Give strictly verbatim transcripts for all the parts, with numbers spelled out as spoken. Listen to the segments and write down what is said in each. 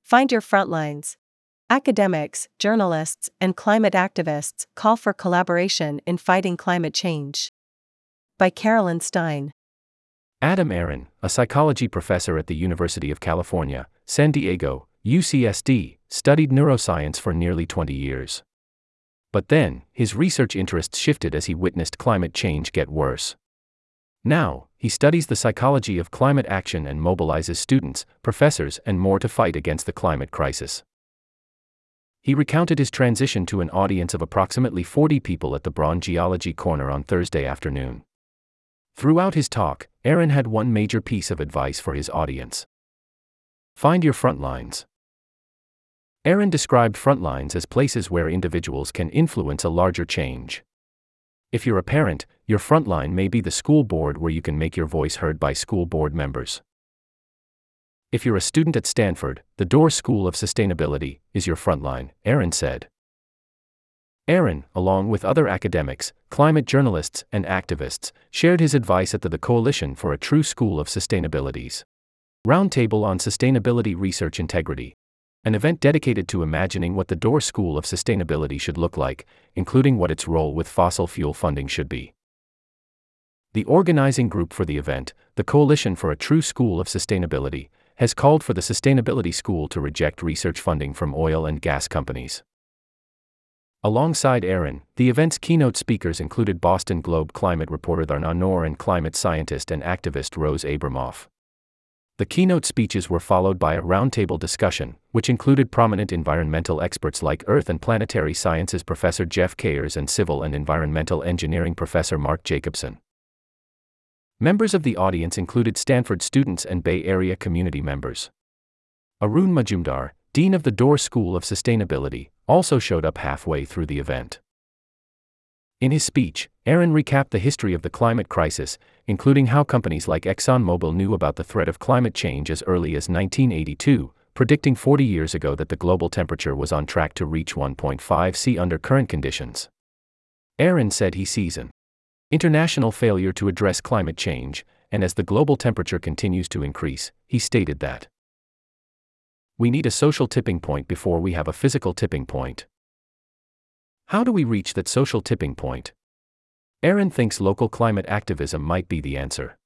Find your frontlines. Academics, journalists, and climate activists call for collaboration in fighting climate change. By Carolyn Stein. Adam Aron, a psychology professor at the University of California, San Diego, U C S D, studied neuroscience for nearly twenty years. But then, his research interests shifted as he witnessed climate change get worse. Now, he studies the psychology of climate action and mobilizes students, professors, and more to fight against the climate crisis. He recounted his transition to an audience of approximately forty people at the Braun Geology Corner on Thursday afternoon. Throughout his talk, Aron had one major piece of advice for his audience. Find your frontlines. Aron described frontlines as places where individuals can influence a larger change. If you're a parent, your frontline may be the school board where you can make your voice heard by school board members. If you're a student at Stanford, the Doerr School of Sustainability is your frontline, Aron said. Aron, along with other academics, climate journalists, and activists, shared his advice at the, the Coalition for a True School of Sustainability's Roundtable on Sustainability Research Integrity, an event dedicated to imagining what the Doerr School of Sustainability should look like, including what its role with fossil fuel funding should be. The organizing group for the event, the Coalition for a True School of Sustainability, has called for the Sustainability School to reject research funding from oil and gas companies. Alongside Aron, the event's keynote speakers included Boston Globe climate reporter Dharna Noor and climate scientist and activist Rose Abramoff. The keynote speeches were followed by a roundtable discussion, which included prominent environmental experts like Earth and Planetary Sciences Professor Jeff Kayers and Civil and Environmental Engineering Professor Mark Jacobson. Members of the audience included Stanford students and Bay Area community members. Arun Majumdar, dean of the Doerr School of Sustainability, also showed up halfway through the event. In his speech, Aron recapped the history of the climate crisis, including how companies like ExxonMobil knew about the threat of climate change as early as nineteen eighty-two, predicting forty years ago that the global temperature was on track to reach one point five C under current conditions. Aron said he sees an international failure to address climate change, and as the global temperature continues to increase, he stated that we need a social tipping point before we have a physical tipping point. How do we reach that social tipping point? Aron thinks local climate activism might be the answer.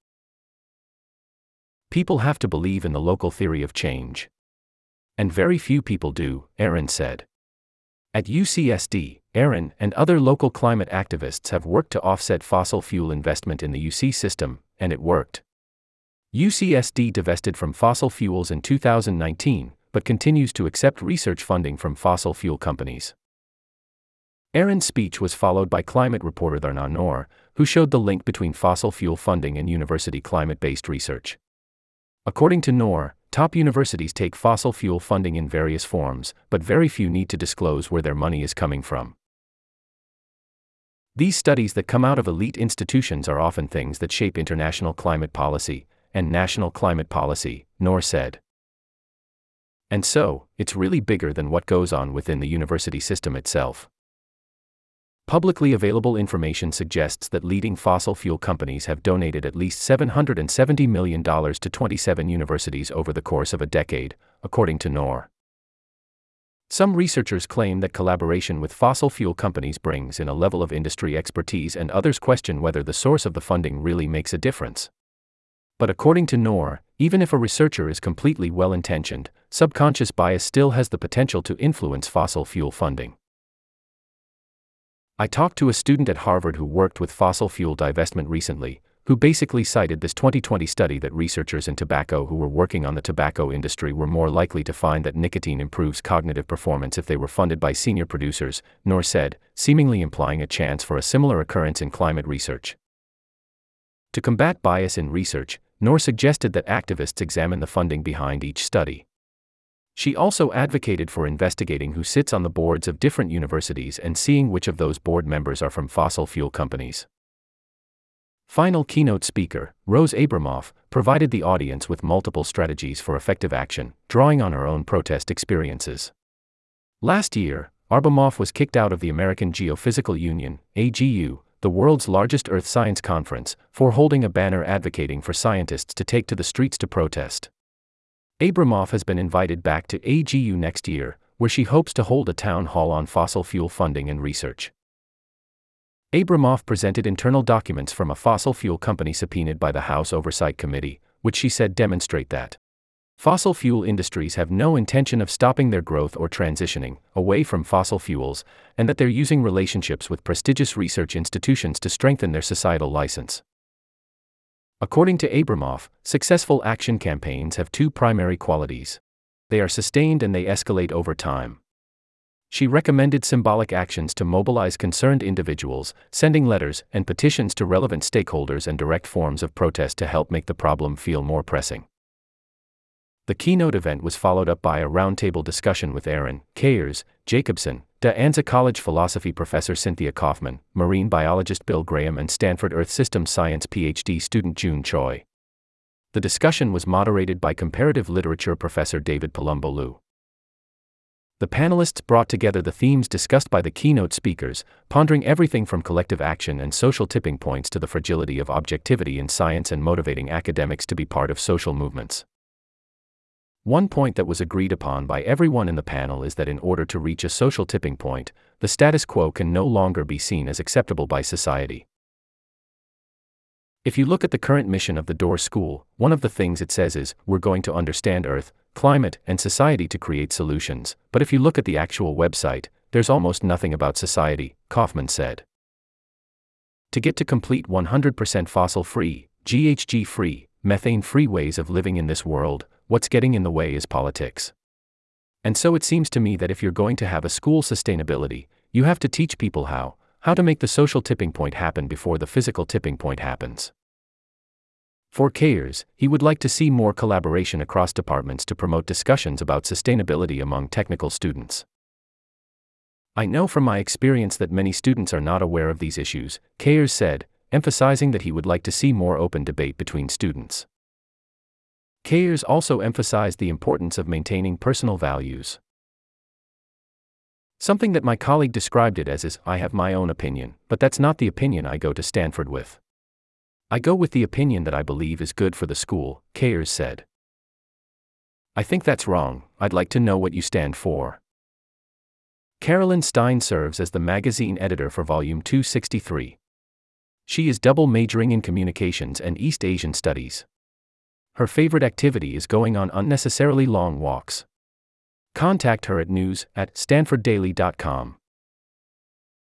People have to believe in the local theory of change. And very few people do, Aron said. At U C S D, Aron and other local climate activists have worked to offset fossil fuel investment in the U C system, and it worked. U C S D divested from fossil fuels in two thousand nineteen, but continues to accept research funding from fossil fuel companies. Aron's speech was followed by climate reporter Dharna Noor, who showed the link between fossil fuel funding and university climate-based research. According to Noor, top universities take fossil fuel funding in various forms, but very few need to disclose where their money is coming from. These studies that come out of elite institutions are often things that shape international climate policy and national climate policy, Noor said. And so, it's really bigger than what goes on within the university system itself. Publicly available information suggests that leading fossil fuel companies have donated at least seven hundred seventy million dollars to twenty-seven universities over the course of a decade, according to Noor. Some researchers claim that collaboration with fossil fuel companies brings in a level of industry expertise, and others question whether the source of the funding really makes a difference. But according to Noor, even if a researcher is completely well-intentioned, subconscious bias still has the potential to influence fossil fuel funding. I talked to a student at Harvard who worked with fossil fuel divestment recently, who basically cited this twenty twenty study that researchers in tobacco who were working on the tobacco industry were more likely to find that nicotine improves cognitive performance if they were funded by senior producers, Noor said, seemingly implying a chance for a similar occurrence in climate research. To combat bias in research, Noor suggested that activists examine the funding behind each study. She also advocated for investigating who sits on the boards of different universities and seeing which of those board members are from fossil fuel companies. Final keynote speaker, Rose Abramoff, provided the audience with multiple strategies for effective action, drawing on her own protest experiences. Last year, Abramoff was kicked out of the American Geophysical Union, A G U, the world's largest earth science conference, for holding a banner advocating for scientists to take to the streets to protest. Abramoff has been invited back to A G U next year, where she hopes to hold a town hall on fossil fuel funding and research. Abramoff presented internal documents from a fossil fuel company subpoenaed by the House Oversight Committee, which she said demonstrate that fossil fuel industries have no intention of stopping their growth or transitioning away from fossil fuels, and that they're using relationships with prestigious research institutions to strengthen their societal license. According to Abramoff, successful action campaigns have two primary qualities. They are sustained and they escalate over time. She recommended symbolic actions to mobilize concerned individuals, sending letters and petitions to relevant stakeholders and direct forms of protest to help make the problem feel more pressing. The keynote event was followed up by a roundtable discussion with Aaron, Kayers, Jacobson, De Anza College philosophy professor Cynthia Kaufman, marine biologist Bill Graham and Stanford Earth Systems Science PhD student June Choi. The discussion was moderated by comparative literature professor David Palumbo Liu. The panelists brought together the themes discussed by the keynote speakers, pondering everything from collective action and social tipping points to the fragility of objectivity in science and motivating academics to be part of social movements. One point that was agreed upon by everyone in the panel is that in order to reach a social tipping point, the status quo can no longer be seen as acceptable by society. If you look at the current mission of the Doors School, one of the things it says is, we're going to understand Earth, climate, and society to create solutions, but if you look at the actual website, there's almost nothing about society, Kaufman said. To get to complete one hundred percent fossil-free, G H G-free, methane-free ways of living in this world, what's getting in the way is politics. And so it seems to me that if you're going to have a school sustainability, you have to teach people how, how to make the social tipping point happen before the physical tipping point happens. For Kayers, he would like to see more collaboration across departments to promote discussions about sustainability among technical students. I know from my experience that many students are not aware of these issues, Kayers said, emphasizing that he would like to see more open debate between students. Kayers also emphasized the importance of maintaining personal values. Something that my colleague described it as is, I have my own opinion, but that's not the opinion I go to Stanford with. I go with the opinion that I believe is good for the school, Kayers said. I think that's wrong. I'd like to know what you stand for. Carolyn Stein serves as the magazine editor for Volume two sixty-three. She is double majoring in communications and East Asian studies. Her favorite activity is going on unnecessarily long walks. Contact her at news at stanford daily dot com.